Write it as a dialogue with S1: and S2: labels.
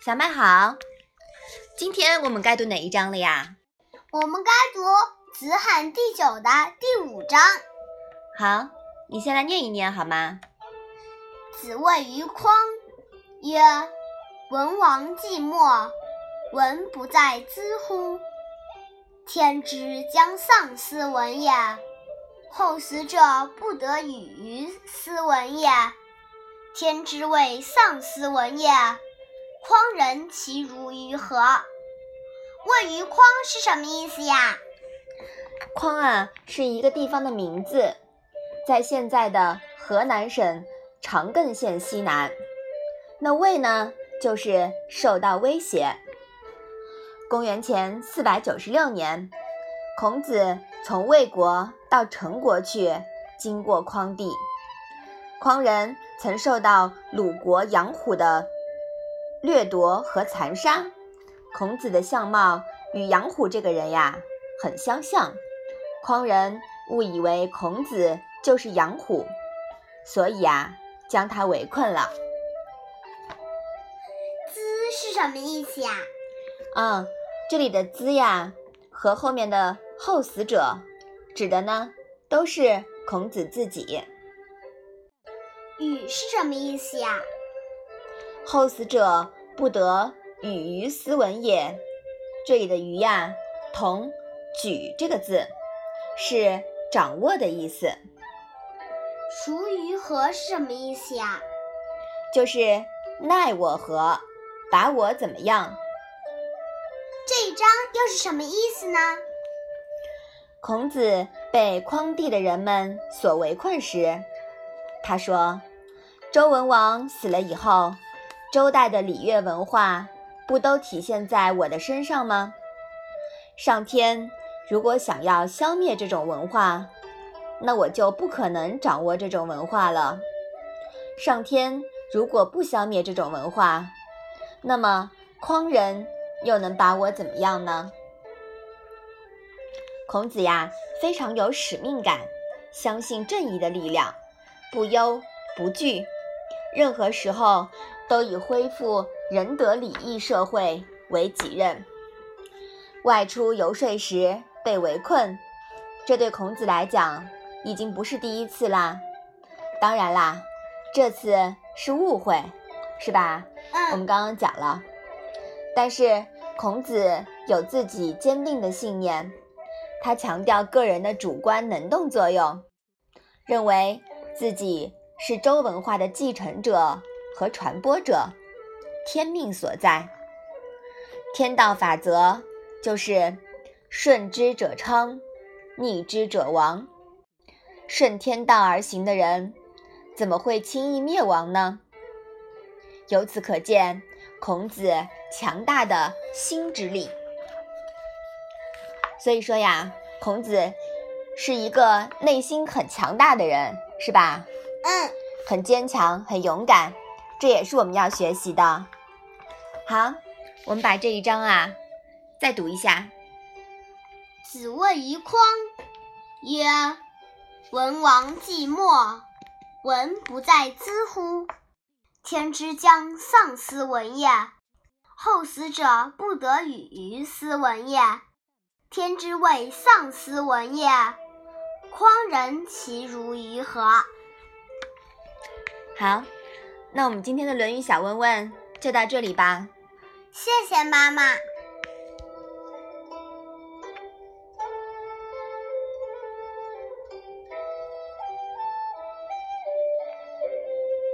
S1: 小麦好，今天我们该读哪一章了呀？
S2: 我们该读子罕第9的第5章。
S1: 好，你先来念一念好吗？
S2: 子谓于匡曰：文王寂寞，文不在兹乎？天之将丧斯文也，后死者不得与于斯文也。天之谓丧斯文也，匡人其如于何？谓于匡是什么意思呀？
S1: 匡啊，是一个地方的名字，在现在的河南省长艮县西南。那魏呢，就是受到威胁。公元前496年，孔子从魏国到陈国去，经过匡地。匡人曾受到鲁国杨虎的掠夺和残杀，孔子的相貌与杨虎这个人呀很相像，匡人误以为孔子就是杨虎，所以将他围困了。
S2: 兹是什么意思呀？
S1: 这里的兹呀和后面的后死者指的呢都是孔子自己。
S2: 与是什么意思呀？
S1: 后死者不得与于斯文也，这里的于同举这个字，是掌握的意思。
S2: 孰于何是什么意思呀？
S1: 就是奈我何，把我怎么样。
S2: 这一章又是什么意思呢？
S1: 孔子被匡地的人们所围困时，他说，周文王死了以后，周代的礼乐文化不都体现在我的身上吗？上天如果想要消灭这种文化，那我就不可能掌握这种文化了。上天如果不消灭这种文化，那么匡人又能把我怎么样呢？孔子非常有使命感，相信正义的力量，不忧不惧，任何时候都以恢复仁德礼义社会为己任。外出游说时被围困，这对孔子来讲已经不是第一次啦。当然啦，这次是误会，是吧？我们刚刚讲了。但是孔子有自己坚定的信念，他强调个人的主观能动作用，认为自己是周文化的继承者和传播者，天命所在。天道法则就是顺之者昌，逆之者亡。顺天道而行的人，怎么会轻易灭亡呢？由此可见孔子强大的心之力。所以说孔子是一个内心很强大的人，是吧？很坚强，很勇敢，这也是我们要学习的。好，我们把这一章再读一下。
S2: 子谓于匡曰：文王寂寞，文不在兹乎？天之将丧斯文也，后死者不得与于斯文也。天之谓丧斯文也，匡人其如于何？
S1: 好，那我们今天的论语小问问就到这里吧。
S2: 谢谢妈妈。